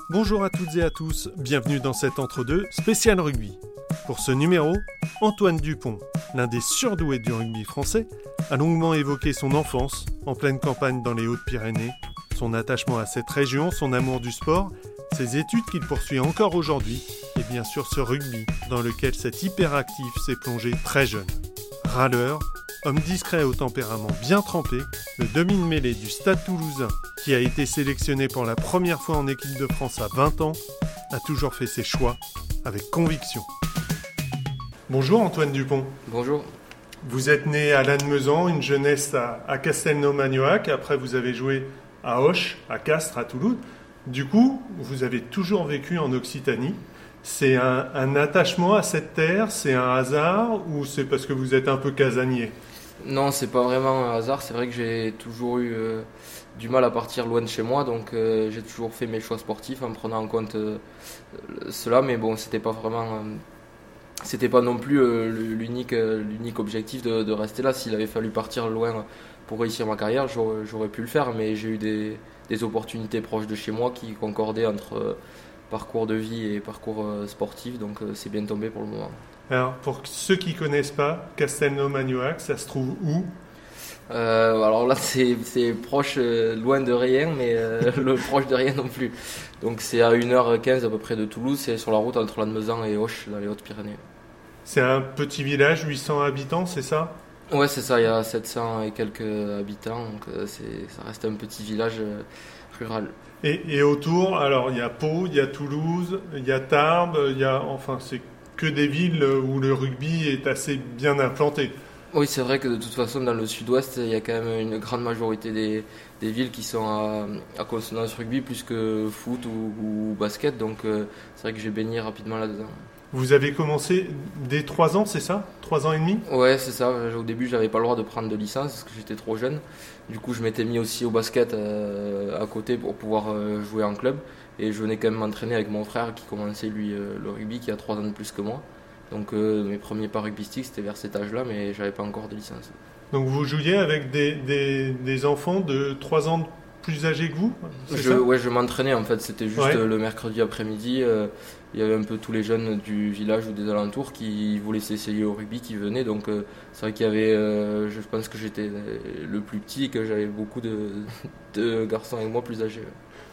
Bonjour à toutes et à tous, bienvenue dans cet entre-deux spécial rugby. Pour ce numéro, Antoine Dupont, l'un des surdoués du rugby français, a longuement évoqué son enfance en pleine campagne dans les Hautes-Pyrénées, son attachement à cette région, son amour du sport, ses études qu'il poursuit encore aujourd'hui et bien sûr ce rugby dans lequel cet hyperactif s'est plongé très jeune. Râleur, homme discret au tempérament bien trempé, le demi-mêlée du Stade Toulousain, qui a été sélectionné pour la première fois en équipe de France à 20 ans, a toujours fait ses choix avec conviction. Bonjour Antoine Dupont. Bonjour. Vous êtes né à Lannemezan, une jeunesse à Castelnau-Magnoac, après vous avez joué à Auch, à Castres, à Toulouse. Du coup, vous avez toujours vécu en Occitanie. C'est un attachement à cette terre, c'est un hasard ou c'est parce que vous êtes un peu casanier ? Non, c'est pas vraiment un hasard. C'est vrai que j'ai toujours eu du mal à partir loin de chez moi, donc j'ai toujours fait mes choix sportifs en prenant en compte cela. Mais bon, c'était pas non plus l'unique objectif de rester là. S'il avait fallu partir loin pour réussir ma carrière, j'aurais pu le faire. Mais j'ai eu des opportunités proches de chez moi qui concordaient entre parcours de vie et parcours sportif, donc c'est bien tombé pour le moment. Alors, pour ceux qui ne connaissent pas, Castelnau-Magnoac, ça se trouve où ? Alors là, c'est proche, loin de rien, mais proche de rien non plus. Donc c'est à 1h15 à peu près de Toulouse, c'est sur la route entre Lannemezan et Auch, dans les Hautes-Pyrénées. C'est un petit village, 800 habitants, c'est ça ? Ouais, c'est ça, il y a 700 et quelques habitants, donc ça reste un petit village rural. Et autour, alors il y a Pau, il y a Toulouse, il y a Tarbes, c'est que des villes où le rugby est assez bien implanté. Oui, c'est vrai que de toute façon, dans le sud-ouest, il y a quand même une grande majorité des villes qui sont à consonance rugby plus que foot ou basket, donc c'est vrai que j'ai baigné rapidement là-dedans. Vous avez commencé dès 3 ans, c'est ça ? 3 ans et demi ? Ouais, c'est ça. Au début, j'avais pas le droit de prendre de licence parce que j'étais trop jeune. Du coup, je m'étais mis aussi au basket à côté pour pouvoir jouer en club. Et je venais quand même m'entraîner avec mon frère qui commençait lui le rugby, qui a 3 ans de plus que moi. Donc mes premiers pas rugbystiques, c'était vers cet âge-là, mais j'avais pas encore de licence. Donc vous jouiez avec des enfants de 3 ans plus âgés que vous ? Ouais, je m'entraînais en fait. C'était juste le mercredi après-midi. Il y avait un peu tous les jeunes du village ou des alentours qui voulaient s'essayer au rugby, qui venaient. Donc c'est vrai qu'il y avait, je pense que j'étais le plus petit et que j'avais beaucoup de garçons avec moi plus âgés.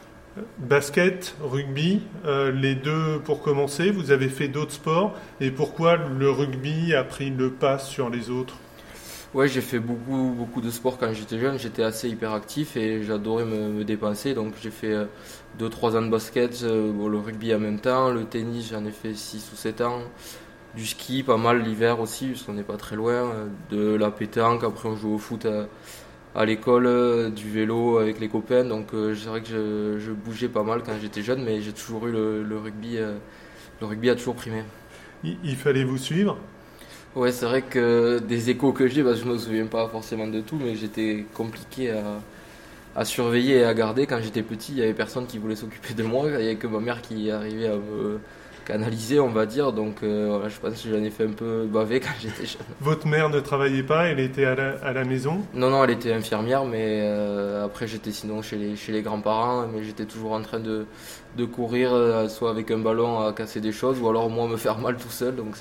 Basket, rugby, les deux pour commencer. Vous avez fait d'autres sports. Et pourquoi le rugby a pris le pas sur les autres ? Ouais, j'ai fait beaucoup de sport quand j'étais jeune. J'étais assez hyperactif et j'adorais me dépenser. Donc j'ai fait 2-3 ans de basket, le rugby en même temps, le tennis j'en ai fait 6 ou 7 ans, du ski pas mal l'hiver aussi parce qu'on n'est pas très loin, de la pétanque, après on joue au foot à l'école, du vélo avec les copains. Donc c'est vrai que je bougeais pas mal quand j'étais jeune, mais j'ai toujours eu le rugby. Le rugby a toujours primé. Il fallait vous suivre ? Ouais, c'est vrai que des échos que j'ai, parce que je ne me souviens pas forcément de tout, mais j'étais compliqué à surveiller et à garder. Quand j'étais petit, il n'y avait personne qui voulait s'occuper de moi, il n'y avait que ma mère qui arrivait à me canaliser, on va dire. Donc voilà, je pense que j'en ai fait un peu baver quand j'étais jeune. Votre mère ne travaillait pas, elle était à la maison ? Non, elle était infirmière, mais après j'étais sinon chez les grands-parents, mais j'étais toujours en train de courir, soit avec un ballon à casser des choses, ou alors moi me faire mal tout seul, donc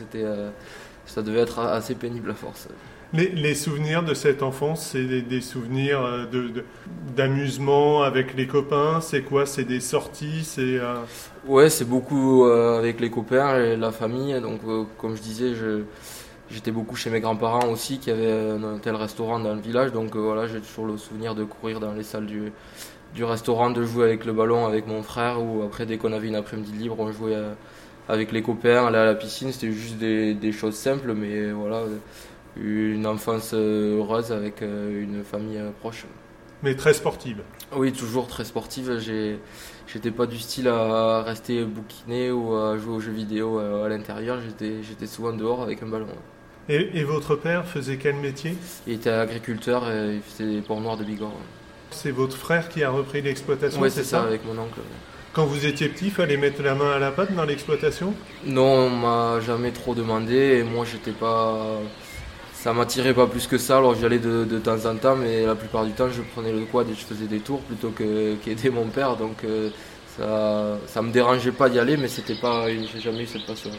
ça devait être assez pénible à force. Les souvenirs de cette enfance, c'est des souvenirs d'amusement avec les copains. C'est quoi ? C'est des sorties ? Ouais, c'est beaucoup avec les copains et la famille. Donc, comme je disais, j'étais beaucoup chez mes grands-parents aussi, qui avaient un tel restaurant dans le village. Donc voilà, j'ai toujours le souvenir de courir dans les salles du restaurant, de jouer avec le ballon avec mon frère, ou après, dès qu'on avait une après-midi libre, on jouait avec les copains, aller à la piscine. C'était juste des choses simples, mais voilà, une enfance heureuse avec une famille proche. Mais très sportive. Oui, toujours très sportive. J'étais pas du style à rester bouquiné ou à jouer aux jeux vidéo à l'intérieur. J'étais souvent dehors avec un ballon. Et votre père faisait quel métier ? Il était agriculteur et il faisait des porcs noirs de Bigorre. C'est votre frère qui a repris l'exploitation ? Oui, c'est ça, avec mon oncle. Quand vous étiez petit, il fallait mettre la main à la pâte dans l'exploitation ? Non, on m'a jamais trop demandé et moi ça m'attirait pas plus que ça, alors j'y allais de temps en temps, mais la plupart du temps je prenais le quad et je faisais des tours plutôt qu'aider mon père, donc ça me dérangeait pas d'y aller, mais j'ai jamais eu cette passion-là.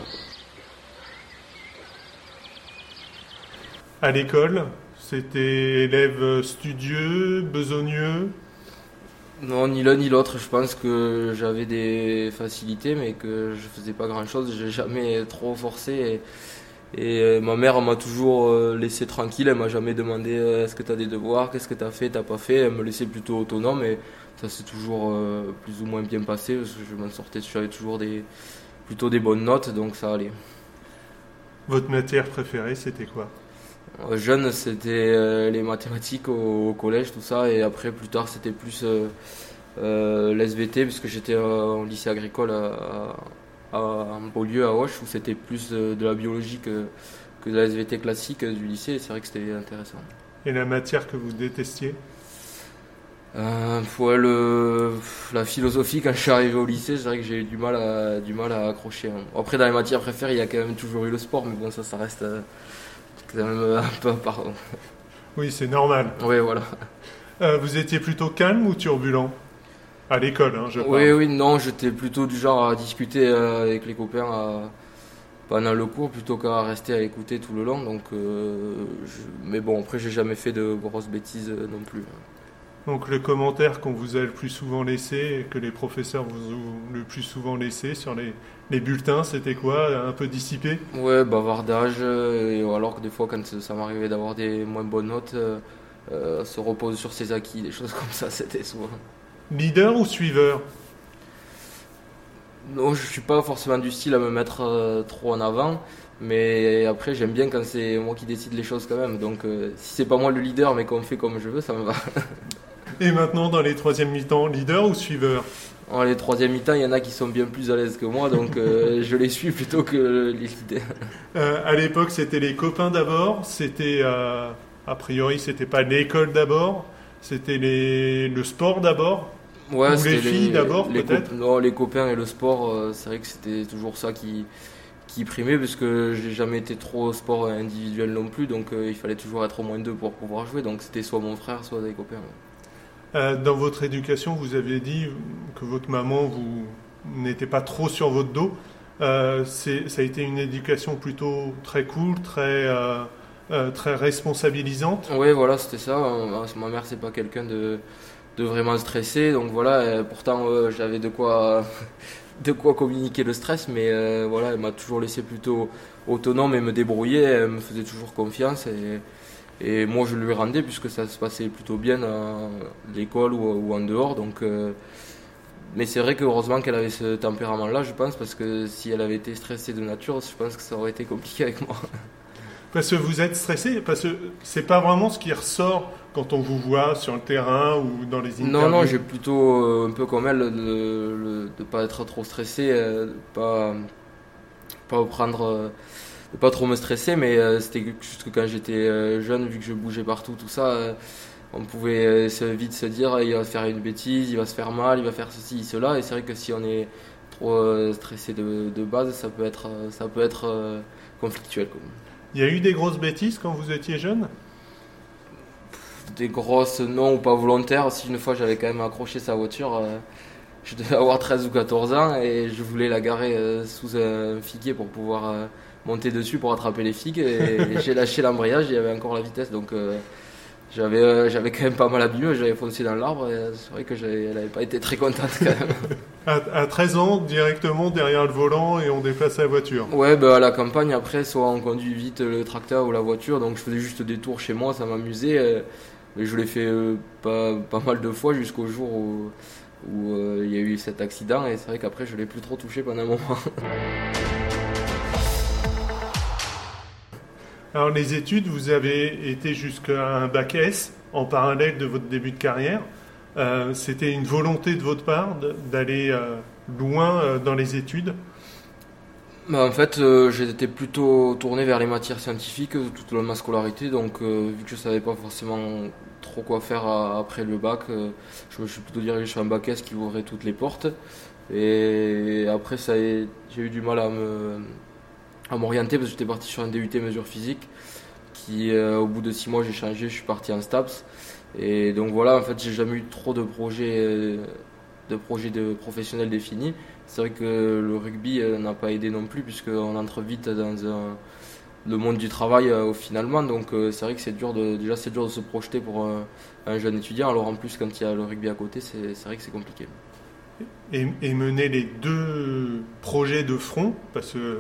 À l'école, c'était élève studieux, besogneux? Non, ni l'un ni l'autre. Je pense que j'avais des facilités, mais que je faisais pas grand-chose. J'ai jamais trop forcé. Et ma mère m'a toujours laissé tranquille. Elle m'a jamais demandé est-ce que tu as des devoirs, qu'est-ce que tu as fait, t'as pas fait. Elle me laissait plutôt autonome. Et ça s'est toujours plus ou moins bien passé parce que je m'en sortais. J'avais toujours plutôt des bonnes notes, donc ça allait. Votre matière préférée, c'était quoi? Jeune, c'était les mathématiques au collège, tout ça, et après, plus tard, c'était plus l'SVT, puisque j'étais en lycée agricole en Beaulieu, à Auch, où c'était plus de la biologie que de la SVT classique du lycée, et c'est vrai que c'était intéressant. Et la matière que vous détestiez? Ouais, la philosophie, quand je suis arrivé au lycée, c'est vrai que j'ai eu du mal à accrocher, hein. Après, dans les matières préférées, il y a quand même toujours eu le sport, mais bon, ça reste quand même un peu pardon. Oui, c'est normal. Oui, voilà. Vous étiez plutôt calme ou turbulent? À l'école, hein, je parle. Oui, non, j'étais plutôt du genre à discuter avec les copains pendant le cours plutôt qu'à rester à écouter tout le long. Donc, mais bon, après, j'ai jamais fait de grosses bêtises non plus. Donc le commentaire qu'on vous a le plus souvent laissé, que les professeurs vous ont le plus souvent laissé sur les bulletins, c'était quoi? Un peu dissipé? Ouais, bavardage, alors que des fois, quand ça m'arrivait d'avoir des moins bonnes notes, se repose sur ses acquis, des choses comme ça, c'était souvent. Leader ou suiveur? Non, je suis pas forcément du style à me mettre trop en avant, mais après, j'aime bien quand c'est moi qui décide les choses quand même. Donc, si c'est pas moi le leader, mais qu'on fait comme je veux, ça me va. Et maintenant, dans les troisièmes mi-temps, leader ou suiveur? En les troisième mi-temps, il y en a qui sont bien plus à l'aise que moi, donc je les suis plutôt que les leaders. À l'époque, c'était les copains d'abord. C'était, a priori, c'était pas l'école d'abord. C'était le sport d'abord. Ouais, ou les filles d'abord, peut-être. Non, les copains et le sport, c'est vrai que c'était toujours ça qui primait, parce que j'ai jamais été trop sport individuel non plus, donc il fallait toujours être au moins deux pour pouvoir jouer. Donc c'était soit mon frère, soit des copains. Dans votre éducation, vous aviez dit que votre maman vous n'était pas trop sur votre dos. Ça a été une éducation plutôt très cool, très responsabilisante. Oui, voilà, c'était ça. Ma mère, c'est pas quelqu'un de vraiment stressé, donc voilà. Pourtant, j'avais de quoi communiquer le stress, mais voilà, elle m'a toujours laissé plutôt autonome et me débrouiller. Elle me faisait toujours confiance et moi je lui rendais puisque ça se passait plutôt bien à l'école ou en dehors. Donc, mais c'est vrai que heureusement qu'elle avait ce tempérament-là, je pense, parce que si elle avait été stressée de nature, je pense que ça aurait été compliqué avec moi. Parce que vous êtes stressé, parce que c'est pas vraiment ce qui ressort quand on vous voit sur le terrain ou dans les interviews. Non, j'ai plutôt un peu comme elle de pas être trop stressé, de pas prendre, de pas trop me stresser, mais c'était juste que quand j'étais jeune, vu que je bougeais partout, tout ça, on pouvait vite se dire il va faire une bêtise, il va se faire mal, il va faire ceci, cela, et c'est vrai que si on est trop stressé de base, ça peut être conflictuel, quoi. Il y a eu des grosses bêtises quand vous étiez jeune? Des grosses, non, ou pas volontaires. Si une fois j'avais quand même accroché sa voiture, je devais avoir 13 ou 14 ans et je voulais la garer sous un figuier pour pouvoir monter dessus pour attraper les figues, et j'ai lâché l'embrayage, il y avait encore la vitesse, donc j'avais quand même pas mal abîmé, j'avais foncé dans l'arbre, et c'est vrai elle n'avait pas été très contente quand même. À 13 ans, directement derrière le volant et on déplace la voiture. Ouais, à la campagne, après, soit on conduit vite le tracteur ou la voiture, donc je faisais juste des tours chez moi, ça m'amusait. Mais je l'ai fait pas mal de fois jusqu'au jour où il y a eu cet accident, et c'est vrai qu'après je l'ai plus trop touché pendant un moment. Alors les études, vous avez été jusqu'à un bac S en parallèle de votre début de carrière. C'était une volonté de votre part d'aller loin dans les études? En fait, j'étais plutôt tourné vers les matières scientifiques toute ma scolarité, donc vu que je savais pas forcément trop quoi faire après le bac, je me suis plutôt dirigé sur un bac S qui ouvrait toutes les portes. Et après, j'ai eu du mal à m'orienter parce que j'étais parti sur un DUT mesures physiques qui, au bout de 6 mois, j'ai changé, je suis parti en STAPS. Et donc voilà, en fait, j'ai jamais eu trop de projets de projet de professionnel défini. C'est vrai que le rugby n'a pas aidé non plus puisqu'on entre vite dans le monde du travail finalement. Donc c'est vrai que c'est dur de se projeter pour un jeune étudiant. Alors en plus quand il y a le rugby à côté, c'est vrai que c'est compliqué. Et mener les deux projets de front, parce que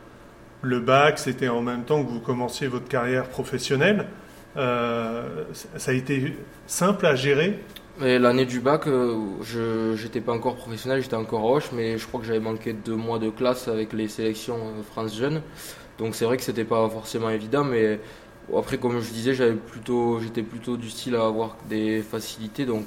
le bac, c'était en même temps que vous commenciez votre carrière professionnelle. Ça a été simple à gérer? Et l'année du bac, je n'étais pas encore professionnel, j'étais encore à Auch, mais je crois que j'avais manqué 2 mois de classe avec les sélections France Jeunes. Donc c'est vrai que c'était pas forcément évident, mais après, comme je disais, j'étais plutôt du style à avoir des facilités, donc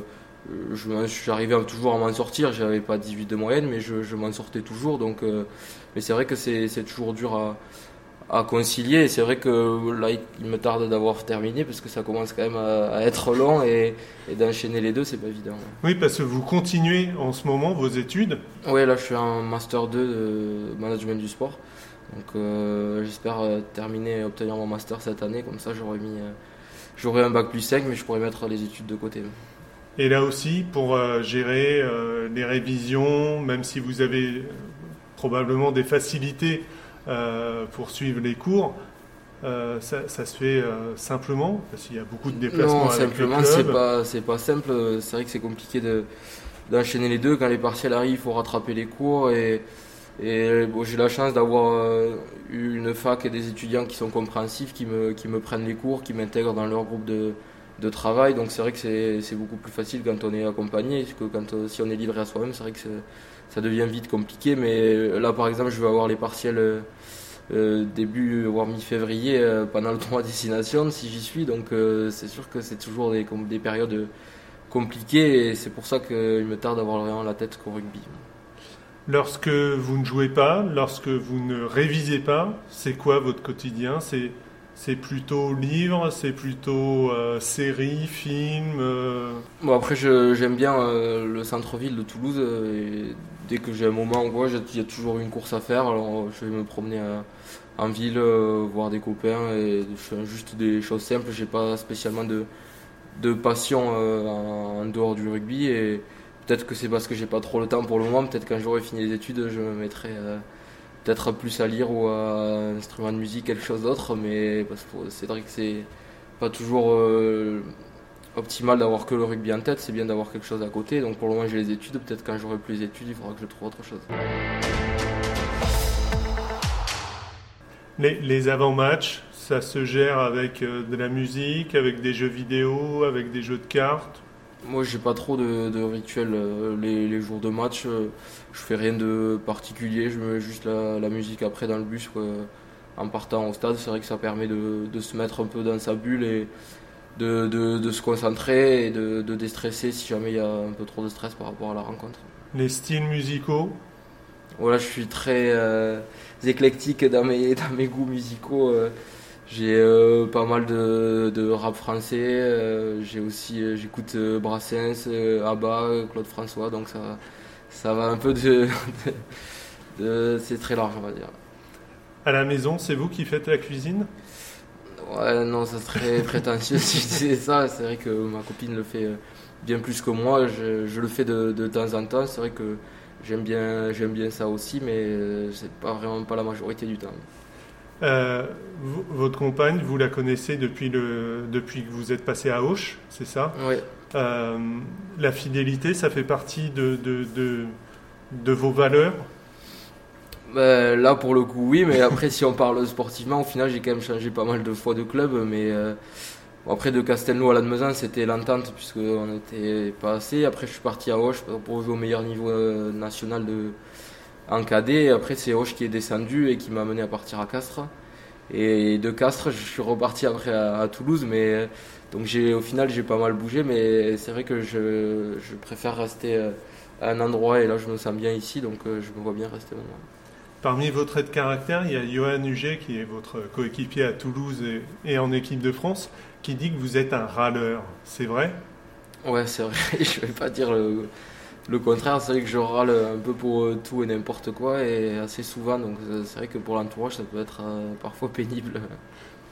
j'arrivais toujours à m'en sortir. J'avais pas 18 de moyenne, mais je m'en sortais toujours. Donc, mais c'est vrai que c'est toujours dur à concilier. Et c'est vrai que là, il me tarde d'avoir terminé parce que ça commence quand même à être long et d'enchaîner les deux, c'est pas évident. Oui, parce que vous continuez en ce moment vos études. Oui, là, je suis en Master 2 de Management du sport. Donc, j'espère terminer et obtenir mon Master cette année. Comme ça, j'aurai un bac plus 5, mais je pourrais mettre les études de côté. Et là aussi, pour gérer les révisions, même si vous avez probablement des facilités pour suivre les cours, ça se fait simplement, parce qu'il y a beaucoup de déplacements non, avec simplement, le club. c'est pas simple. C'est vrai que c'est compliqué d'enchaîner les deux. Quand les partiels arrivent, il faut rattraper les cours. Et bon, j'ai la chance d'avoir eu une fac et des étudiants qui sont compréhensifs, qui me prennent les cours, qui m'intègrent dans leur groupe de travail. Donc c'est vrai que c'est beaucoup plus facile quand on est accompagné que si on est livré à soi-même. C'est vrai que ça devient vite compliqué. Mais là, par exemple, je vais avoir les partiels début voire mi-février pendant le tournoi Destination si j'y suis. Donc c'est sûr que c'est toujours des périodes compliquées et c'est pour ça qu'il me tarde d'avoir vraiment la tête qu'au rugby. Lorsque vous ne jouez pas, lorsque vous ne révisez pas, c'est quoi votre quotidien? C'est plutôt livre, c'est plutôt série, film Bon, après, j'aime bien le centre-ville de Toulouse. Et dès que j'ai un moment ou quoi, il y a toujours une course à faire. Alors, je vais me promener en ville, voir des copains. Et je fais juste des choses simples. J'ai pas spécialement de passion en dehors du rugby. Et peut-être que c'est parce que j'ai pas trop le temps pour le moment. Peut-être quand j'aurai fini les études, je me mettrai peut-être plus à lire ou à un instrument de musique, quelque chose d'autre, mais parce que c'est vrai que c'est pas toujours optimal d'avoir que le rugby en tête, c'est bien d'avoir quelque chose à côté. Donc pour le moment j'ai les études, peut-être quand j'aurai plus les études, il faudra que je trouve autre chose. Les avant-matchs, ça se gère avec de la musique, avec des jeux vidéo, avec des jeux de cartes? Moi j'ai pas trop de rituels les jours de match, je fais rien de particulier, je mets juste la musique après dans le bus en partant au stade. C'est vrai que ça permet de se mettre un peu dans sa bulle et de se concentrer et de déstresser si jamais il y a un peu trop de stress par rapport à la rencontre. Les styles musicaux? Voilà, je suis très éclectique dans mes goûts musicaux. J'ai pas mal de rap français, j'écoute Brassens, Abba, Claude François, donc ça va un peu c'est très large, on va dire. À la maison, c'est vous qui faites la cuisine? Ouais, non, ça serait prétentieux si je disais ça. C'est vrai que ma copine le fait bien plus que moi, je le fais de temps en temps. C'est vrai que j'aime bien ça aussi, mais c'est vraiment pas la majorité du temps. Votre compagne, vous la connaissez depuis que vous êtes passé à Auch, c'est ça? Oui. La fidélité, ça fait partie de vos valeurs? Ben, là, pour le coup, oui, mais après, si on parle sportivement, au final, j'ai quand même changé pas mal de fois de club. Mais bon, après, de Castelnau à Lannemezan, c'était l'entente, puisqu'on n'était pas assez. Après, je suis parti à Auch pour jouer au meilleur niveau national en cadet. Après, c'est Auch qui est descendu et qui m'a amené à partir à Castres. Et de Castres, je suis reparti après à Toulouse. Mais donc, au final, j'ai pas mal bougé. Mais c'est vrai que je préfère rester à un endroit. Et là, je me sens bien ici. Donc, je me vois bien rester maintenant. Parmi vos traits de caractère, il y a Johan Huget, qui est votre coéquipier à Toulouse et en équipe de France, qui dit que vous êtes un râleur. C'est vrai? Ouais, c'est vrai. Je vais pas dire le contraire. C'est vrai que je râle un peu pour tout et n'importe quoi et assez souvent. Donc c'est vrai que pour l'entourage, ça peut être parfois pénible.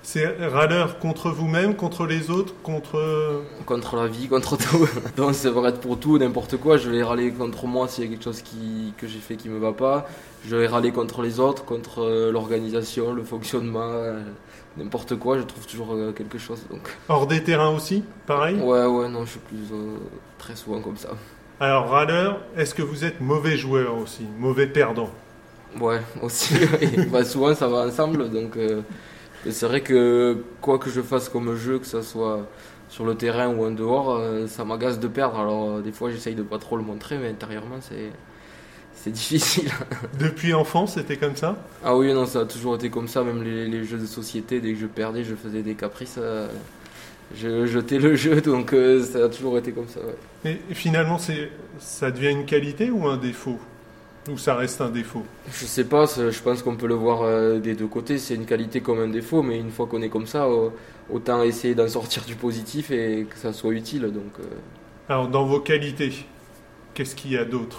C'est râleur contre vous-même, contre les autres, Contre la vie, contre tout. Donc ça va être pour tout, n'importe quoi. Je vais râler contre moi s'il y a quelque chose que j'ai fait qui me va pas. Je vais râler contre les autres, contre l'organisation, le fonctionnement, n'importe quoi. Je trouve toujours quelque chose. Donc. Hors des terrains aussi, pareil? Ouais, non, je suis plus très souvent comme ça. Alors râleur, est-ce que vous êtes mauvais joueur aussi, mauvais perdant? Ouais, aussi. Bah, souvent ça va ensemble, donc c'est vrai que quoi que je fasse comme jeu, que ce soit sur le terrain ou en dehors, ça m'agace de perdre. Alors des fois j'essaye de pas trop le montrer, mais intérieurement c'est difficile. Depuis enfant, c'était comme ça? Ah oui, non, ça a toujours été comme ça, même les jeux de société, dès que je perdais, je faisais des caprices, je jetais le jeu, donc ça a toujours été comme ça. Ouais. Et finalement, ça devient une qualité ou un défaut? Ou ça reste un défaut? Je sais pas, je pense qu'on peut le voir des deux côtés, c'est une qualité comme un défaut, mais une fois qu'on est comme ça, autant essayer d'en sortir du positif et que ça soit utile. Donc, Alors, dans vos qualités, qu'est-ce qu'il y a d'autre?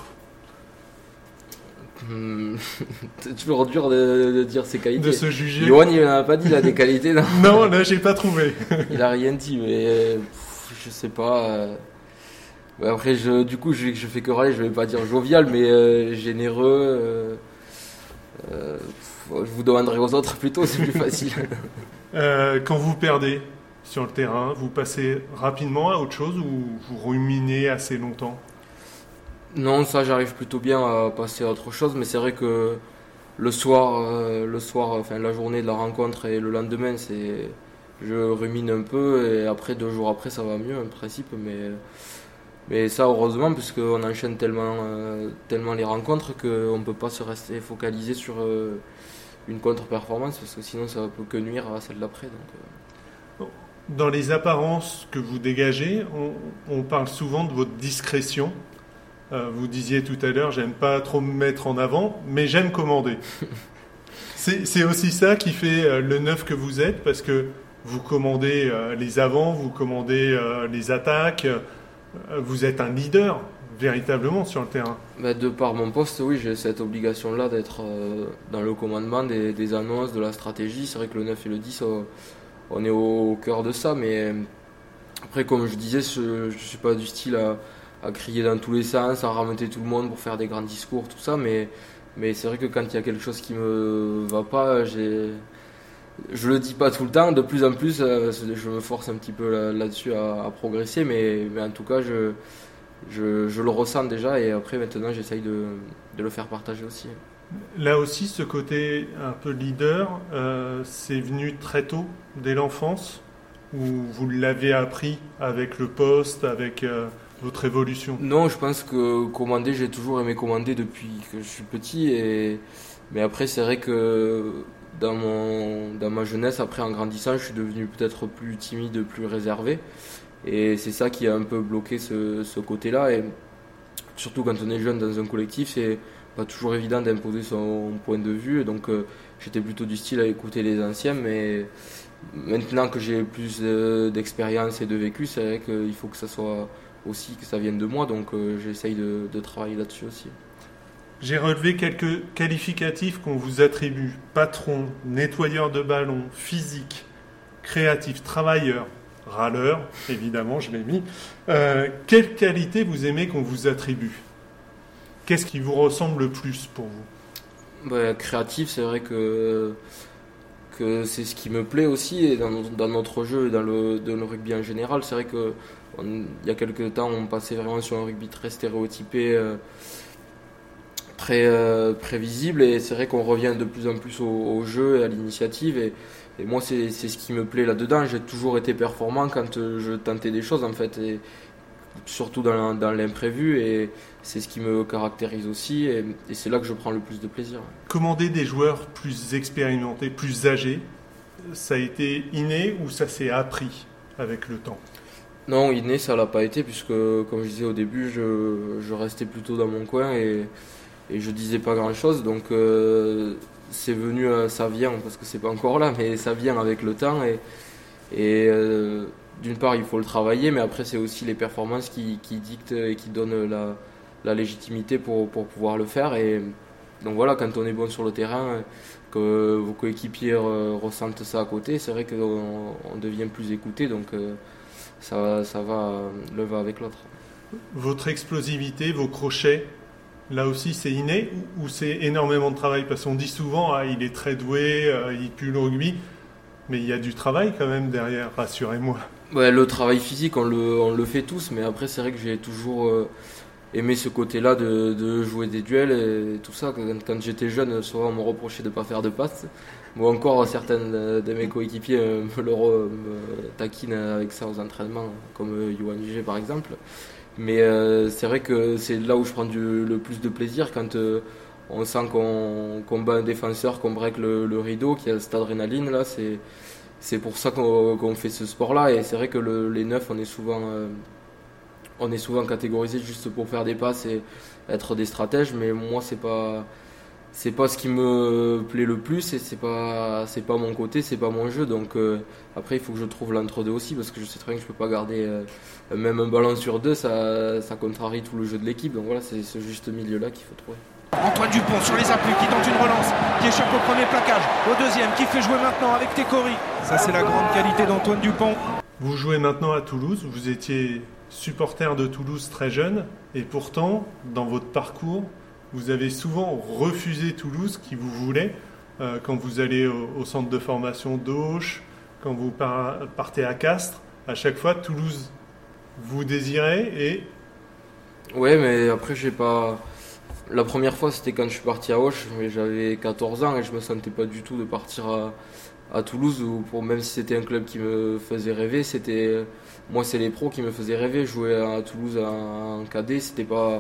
C'est toujours dur de dire ses qualités. De se juger? Yoann, il n'en a pas dit, il a des qualités, non? Non, là, j'ai pas trouvé. Il a rien dit, mais je sais pas. Après, du coup, je fais que râler, je vais pas dire jovial, mais généreux. Je vous demanderai aux autres plutôt, c'est plus facile. Quand vous perdez sur le terrain, vous passez rapidement à autre chose ou vous ruminez assez longtemps? Non, ça j'arrive plutôt bien à passer à autre chose, mais c'est vrai que le soir, enfin la journée de la rencontre et le lendemain, je rumine un peu et après 2 jours après ça va mieux en principe, mais ça heureusement parce qu'on enchaîne tellement les rencontres qu'on ne peut pas se rester focalisé sur une contre-performance parce que sinon ça peut que nuire à celle d'après. Dans les apparences que vous dégagez, on parle souvent de votre discrétion. Vous disiez tout à l'heure, j'aime pas trop me mettre en avant, mais j'aime commander. C'est aussi ça qui fait le neuf que vous êtes, parce que vous commandez les avants, vous commandez les attaques, vous êtes un leader véritablement sur le terrain. De par mon poste, oui, j'ai cette obligation-là d'être dans le commandement des annonces, de la stratégie. C'est vrai que le 9 et le 10, on est au cœur de ça, mais après, comme je disais, je ne suis pas du style à crier dans tous les sens, à ramener tout le monde pour faire des grands discours, tout ça, mais c'est vrai que quand il y a quelque chose qui me va pas, je le dis pas tout le temps, de plus en plus, je me force un petit peu là-dessus à progresser, mais en tout cas, je le ressens déjà, et après maintenant j'essaye de le faire partager aussi. Là aussi, ce côté un peu leader, c'est venu très tôt, dès l'enfance, ou vous l'avez appris avec le poste, avec votre évolution? Non, je pense que commander, j'ai toujours aimé commander depuis que je suis petit. Mais après, c'est vrai que dans ma jeunesse, après en grandissant, je suis devenu peut-être plus timide, plus réservé. Et c'est ça qui a un peu bloqué ce côté-là. Et surtout quand on est jeune dans un collectif, c'est pas toujours évident d'imposer son point de vue. Et donc j'étais plutôt du style à écouter les anciens. Mais maintenant que j'ai plus d'expérience et de vécu, c'est vrai qu'il faut que ça soit aussi que ça vienne de moi, donc j'essaye de travailler là-dessus aussi. J'ai relevé quelques qualificatifs qu'on vous attribue: patron, nettoyeur de ballon, physique, créatif, travailleur, râleur, évidemment, je l'ai mis. Quelles qualités vous aimez qu'on vous attribue? Qu'est-ce qui vous ressemble le plus pour vous? Créatif, c'est vrai que c'est ce qui me plaît aussi, et dans notre jeu et dans le rugby en général, c'est vrai que il y a quelques temps, on passait vraiment sur un rugby très stéréotypé, très prévisible, et c'est vrai qu'on revient de plus en plus au jeu et à l'initiative, et moi c'est ce qui me plaît là-dedans. J'ai toujours été performant quand je tentais des choses en fait, et surtout dans l'imprévu, et c'est ce qui me caractérise aussi, et c'est là que je prends le plus de plaisir. Commander des joueurs plus expérimentés, plus âgés, ça a été inné ou ça s'est appris avec le temps? Non, inné, ça l'a pas été, puisque, comme je disais au début, je restais plutôt dans mon coin et je disais pas grand-chose. Donc, c'est venu, ça vient, parce que c'est pas encore là, mais ça vient avec le temps. Et d'une part, il faut le travailler, mais après, c'est aussi les performances qui dictent et qui donnent la légitimité pour pouvoir le faire. Et Donc voilà, quand on est bon sur le terrain, que vos coéquipiers ressentent ça à côté, c'est vrai qu'on devient plus écouté, donc ça va l'un va avec l'autre. Votre explosivité, vos crochets, là aussi c'est inné ou c'est énormément de travail? Parce qu'on dit souvent, il est très doué, il pue le rugby, mais il y a du travail quand même derrière, rassurez-moi. Ouais, le travail physique, on le fait tous, mais après c'est vrai que j'ai toujours aimé ce côté-là de jouer des duels et tout ça. Quand j'étais jeune, souvent on me reprochait de ne pas faire de passes. Ou encore certains de mes coéquipiers me taquinent avec ça aux entraînements, comme Yoann Huget par exemple. Mais c'est vrai que c'est là où je prends le plus de plaisir quand on sent qu'on bat un défenseur, qu'on break le rideau, qu'il y a cette adrénaline là. C'est pour ça qu'on fait ce sport-là. Et c'est vrai que les neufs, on est souvent catégorisés juste pour faire des passes et être des stratèges. Mais moi, c'est pas ce qui me plaît le plus et c'est pas mon côté, c'est pas mon jeu. Donc après, il faut que je trouve l'entre-deux aussi parce que je sais très bien que je peux pas garder même un ballon sur deux, ça contrarie tout le jeu de l'équipe. Donc voilà, c'est ce juste milieu-là qu'il faut trouver. Antoine Dupont sur les appuis qui tente une relance, qui échappe au premier plaquage, au deuxième, qui fait jouer maintenant avec Técori. Ça c'est la grande qualité d'Antoine Dupont. Vous jouez maintenant à Toulouse, vous étiez supporter de Toulouse très jeune et pourtant dans votre parcours vous avez souvent refusé Toulouse qui vous voulait quand vous allez au centre de formation d'Auch, quand vous partez à Castres, à chaque fois Toulouse vous désirez et... Ouais, mais après j'ai pas... La première fois, c'était quand je suis parti à Auch, mais j'avais 14 ans et je me sentais pas du tout de partir à Toulouse, même si c'était un club qui me faisait rêver. Moi, c'est les pros qui me faisaient rêver. Jouer à Toulouse en cadet, c'était pas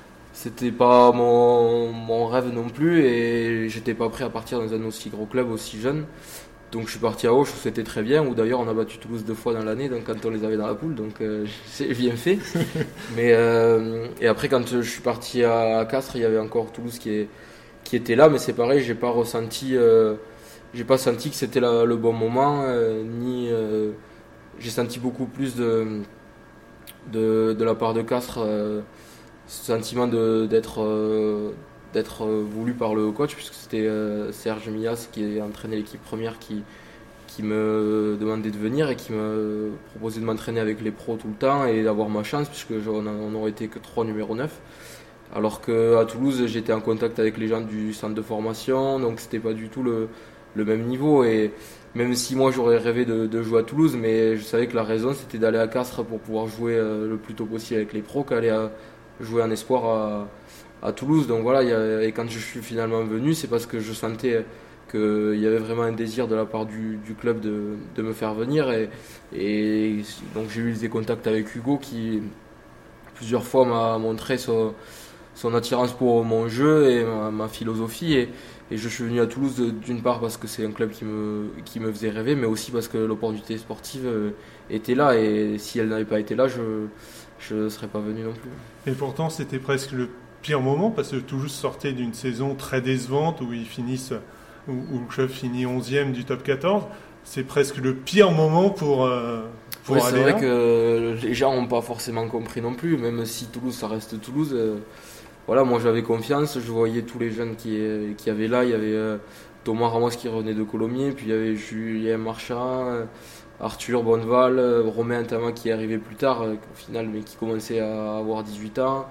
mon rêve non plus et j'étais pas prêt à partir dans un aussi gros club aussi jeune. Donc je suis parti à Auch où c'était très bien, où d'ailleurs on a battu Toulouse 2 fois dans l'année, donc quand on les avait dans la poule, donc c'est bien fait. Mais et après quand je suis parti à Castres, il y avait encore Toulouse qui était là, mais c'est pareil, j'ai pas senti que c'était le bon moment, j'ai senti beaucoup plus de la part de Castres, ce sentiment d'être voulu par le coach, puisque c'était Serge Mias qui a entraîné l'équipe première qui me demandait de venir et qui me proposait de m'entraîner avec les pros tout le temps et d'avoir ma chance, puisque on n'aurait été que 3 numéro 9. Alors qu'à Toulouse, j'étais en contact avec les gens du centre de formation, donc c'était pas du tout le même niveau. Et même si moi j'aurais rêvé de jouer à Toulouse, mais je savais que la raison c'était d'aller à Castres pour pouvoir jouer le plus tôt possible avec les pros qu'aller jouer en espoir à Toulouse. Donc voilà, et quand je suis finalement venu, c'est parce que je sentais qu'il y avait vraiment un désir de la part du club de me faire venir. Et donc j'ai eu des contacts avec Hugo qui plusieurs fois m'a montré son attirance pour mon jeu et ma philosophie. Et je suis venu à Toulouse d'une part parce que c'est un club qui me faisait rêver, mais aussi parce que l'opportunité sportive était là. Et si elle n'avait pas été là, je ne serais pas venu non plus. Et pourtant, c'était presque le pire moment parce que Toulouse sortait d'une saison très décevante où le club finit 11e du top 14. C'est presque le pire moment pour oui, aller c'est vrai là. Que les gens n'ont pas forcément compris non plus, même si Toulouse, ça reste Toulouse. Voilà, moi j'avais confiance, je voyais tous les jeunes qui avaient là. Il y avait Thomas Ramos qui revenait de Colomiers, puis il y avait Julien Marchand, Arthur Bonneval, Romain Antama qui est arrivé plus tard au final, mais qui commençait à avoir 18 ans.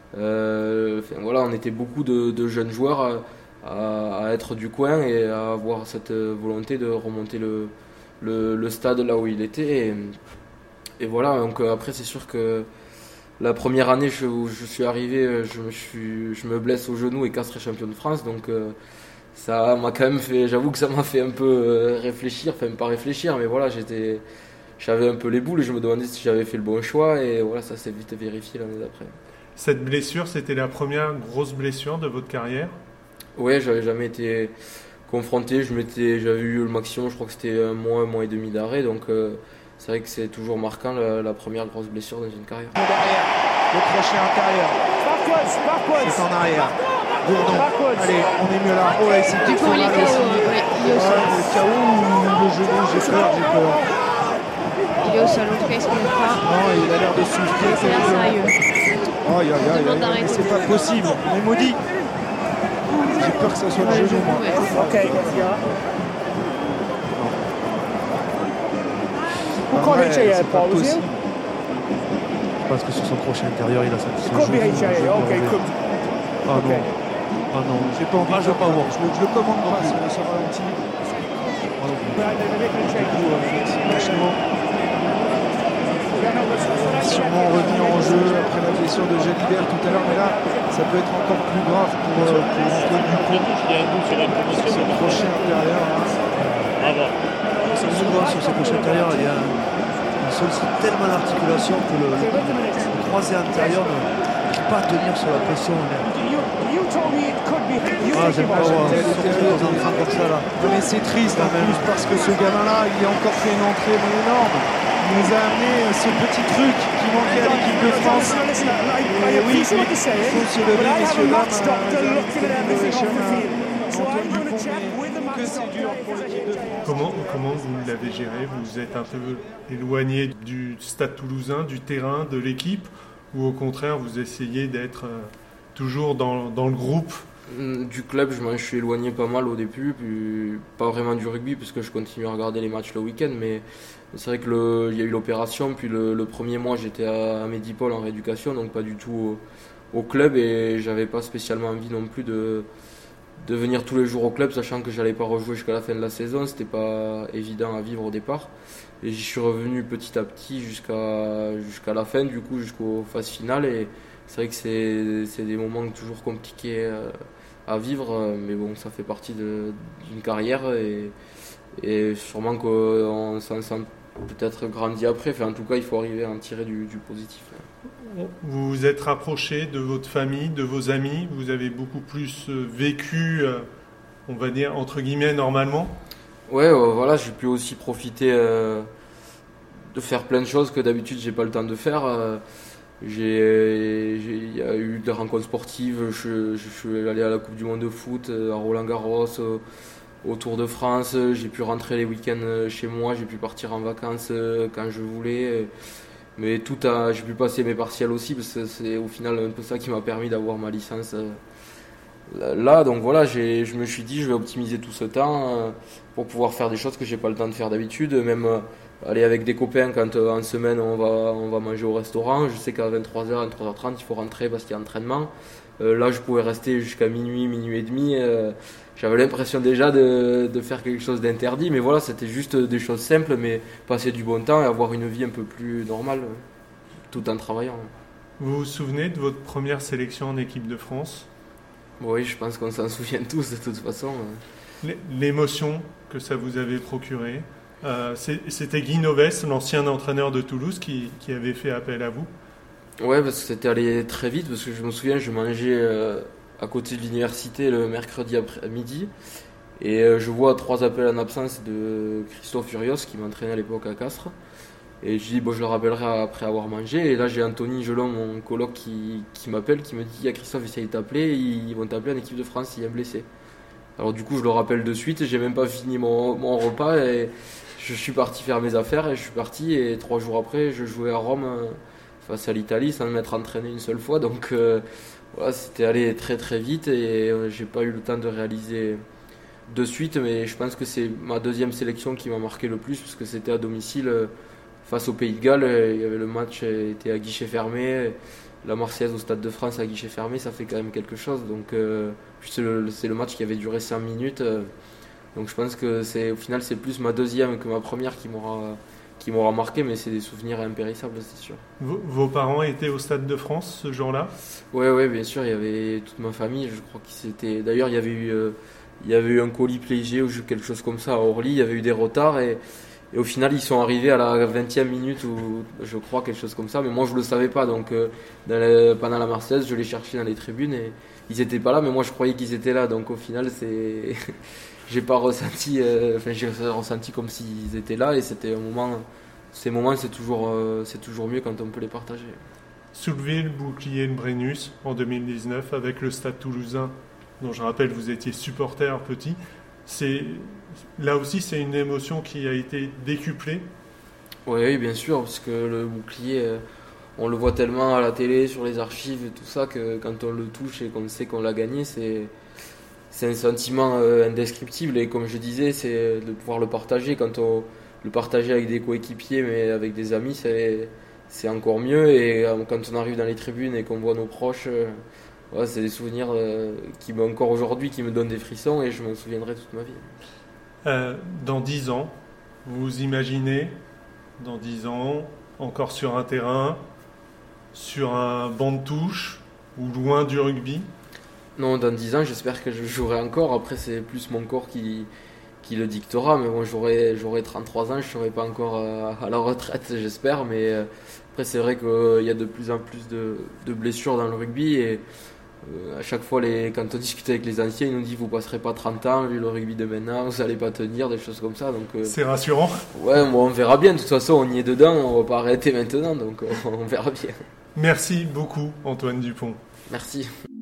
Voilà, on était beaucoup de jeunes joueurs à être du coin et à avoir cette volonté de remonter le stade là où il était. Et voilà, donc après c'est sûr que la première année où je suis arrivé, je me blesse au genou et Castres est champion de France, donc ça m'a quand même fait, j'avoue que ça m'a fait un peu réfléchir, enfin pas réfléchir, mais voilà, j'avais un peu les boules et je me demandais si j'avais fait le bon choix et voilà, ça s'est vite vérifié l'année d'après. Cette blessure, c'était la première grosse blessure de votre carrière? Ouais, j'avais jamais été confronté, j'avais eu le maximum, je crois que c'était un mois et demi d'arrêt, donc c'est vrai que c'est toujours marquant la première grosse blessure dans une carrière. Derrière, le crochet intérieur. C'est en arrière. Gourdon. Allez, on est mieux là. Oh là, c'est petit mal aussi. Le KO ou le genou, j'ai peur. Il est au sol, en tout cas, il se connaît pas. Non, il a l'air de souffrir. C'est là sérieux. Oh, mais c'est pas possible. On est maudit. J'ai peur que ça soit le genou, moi. Ok. Ouais, c'est pas possible. Parce que sur son crochet intérieur, il a sa petite genou. Ah non. Ah non, j'ai pas envie de pas voir. Je le commande pas, ça ralentit. Sûrement revenir en jeu après la blessure de Jalibert tout à l'heure, mais là, ça peut être encore plus grave pour Antoine Dupont. Sur ce crochet intérieur. Ça se voit sur ce crochet intérieur, il y a sollicite tellement l'articulation que le croisé antérieur n'arrive pas à tenir sur la pression. Ah, j'aime pas voir des enfants comme ça là. Mais c'est triste en plus parce que ce gamin-là, il a encore fait une entrée énorme. Il nous a amené ce petit truc qui manquait à l'équipe de France. Et oui, il faut se lever, messieurs, dames. Que c'est dur pour l'équipe de France. Comment vous l'avez géré? Vous êtes un peu éloigné du Stade Toulousain, du terrain, de l'équipe, ou au contraire vous essayez d'être toujours dans le groupe? Du club, je me suis éloigné pas mal au début, puis pas vraiment du rugby puisque je continue à regarder les matchs le week-end, mais c'est vrai que il y a eu l'opération, puis le premier mois j'étais à Medipol en rééducation, donc pas du tout au club, et j'avais pas spécialement envie non plus de venir tous les jours au club, sachant que j'allais pas rejouer jusqu'à la fin de la saison, c'était pas évident à vivre au départ, et j'y suis revenu petit à petit jusqu'à la fin, du coup jusqu'aux phases finales, et c'est vrai que c'est des moments toujours compliqués à vivre, mais bon, ça fait partie d'une carrière, et sûrement qu'on s'en sent peut-être grandi après. Enfin, en tout cas, il faut arriver à en tirer du positif. Vous vous êtes rapproché de votre famille, de vos amis, vous avez beaucoup plus vécu, on va dire, entre guillemets, normalement? Ouais, voilà, j'ai pu aussi profiter de faire plein de choses que d'habitude j'ai pas le temps de faire. Il y a eu des rencontres sportives, je suis allé à la Coupe du Monde de foot, à Roland-Garros, au Tour de France, j'ai pu rentrer les week-ends chez moi, j'ai pu partir en vacances quand je voulais, mais j'ai pu passer mes partiels aussi, parce que c'est au final un peu ça qui m'a permis d'avoir ma licence là, donc voilà, je me suis dit je vais optimiser tout ce temps pour pouvoir faire des choses que j'ai pas le temps de faire d'habitude, même aller avec des copains quand en semaine on va manger au restaurant. Je sais qu'à 23h, 23h30 il faut rentrer parce qu'il y a entraînement. Là je pouvais rester jusqu'à minuit et demi. J'avais l'impression déjà de faire quelque chose d'interdit, mais voilà, c'était juste des choses simples, mais passer du bon temps et avoir une vie un peu plus normale tout en travaillant. Vous vous souvenez de votre première sélection en équipe de France? Oui, je pense qu'on s'en souvient tous de toute façon. L'émotion que ça vous avait procuré, c'était Guy Novès, l'ancien entraîneur de Toulouse, qui avait fait appel à vous? Ouais, parce que c'était allé très vite, parce que je me souviens, je mangeais à côté de l'université le mercredi après-midi, et je vois 3 appels en absence de Christophe Furios, qui m'entraînait à l'époque à Castres, et je dis je le rappellerai après avoir mangé, et là j'ai Anthony Gelon, mon coloc, qui m'appelle, qui me dit il y a Christophe, essaye de t'appeler, ils vont t'appeler en équipe de France s'il y a un blessé. Alors du coup je le rappelle de suite, j'ai même pas fini mon repas, et je suis parti faire mes affaires, et je suis parti, et 3 jours après je jouais à Rome face à l'Italie sans m'être entraîné une seule fois, donc voilà, c'était allé très très vite, et j'ai pas eu le temps de réaliser de suite, mais je pense que c'est ma deuxième sélection qui m'a marqué le plus, parce que c'était à domicile face au Pays de Galles, il y avait le match était à guichet fermé, la Marseillaise au Stade de France à guichet fermé, ça fait quand même quelque chose, donc c'est le match qui avait duré 5 minutes, donc je pense que au final c'est plus ma deuxième que ma première qui m'aura marqué, mais c'est des souvenirs impérissables, c'est sûr. Vos parents étaient au Stade de France ce jour-là? Ouais, bien sûr, il y avait toute ma famille, je crois qu'ils étaient. D'ailleurs, il y avait eu un colis léger ou quelque chose comme ça à Orly, il y avait eu des retards, et au final ils sont arrivés à la 20e minute, ou je crois quelque chose comme ça, mais moi je le savais pas, donc pendant la Marseillaise je les cherchais dans les tribunes et ils étaient pas là, mais moi je croyais qu'ils étaient là, donc au final j'ai pas ressenti, j'ai ressenti comme s'ils étaient là, et c'était ces moments c'est toujours mieux quand on peut les partager. Soulever le bouclier de Brennus en 2019 avec le Stade Toulousain, dont je rappelle vous étiez supporter petit, là aussi c'est une émotion qui a été décuplée? Oui, bien sûr, parce que le bouclier, on le voit tellement à la télé, sur les archives et tout ça, que quand on le touche et qu'on sait qu'on l'a gagné, c'est un sentiment indescriptible et comme je disais, c'est de pouvoir le partager. Quand on le partager avec des coéquipiers, mais avec des amis, c'est encore mieux. Et quand on arrive dans les tribunes et qu'on voit nos proches, ouais, c'est des souvenirs qui encore aujourd'hui qui me donnent des frissons et je m'en souviendrai toute ma vie. Dans 10 ans, vous vous imaginez, dans 10 ans, encore sur un terrain, sur un banc de touche ou loin du rugby? Non, dans 10 ans, j'espère que je jouerai encore. Après, c'est plus mon corps qui le dictera. Mais bon, j'aurai 33 ans, je ne serai pas encore à la retraite, j'espère. Mais après, c'est vrai qu'il y a de plus en plus de blessures dans le rugby. Et à chaque fois, quand on discute avec les anciens, ils nous disent vous ne passerez pas 30 ans, vu le rugby de maintenant, vous n'allez pas tenir, des choses comme ça. Donc, c'est rassurant. Ouais, bon, on verra bien. De toute façon, on y est dedans, on ne va pas arrêter maintenant. Donc, on verra bien. Merci beaucoup, Antoine Dupont. Merci.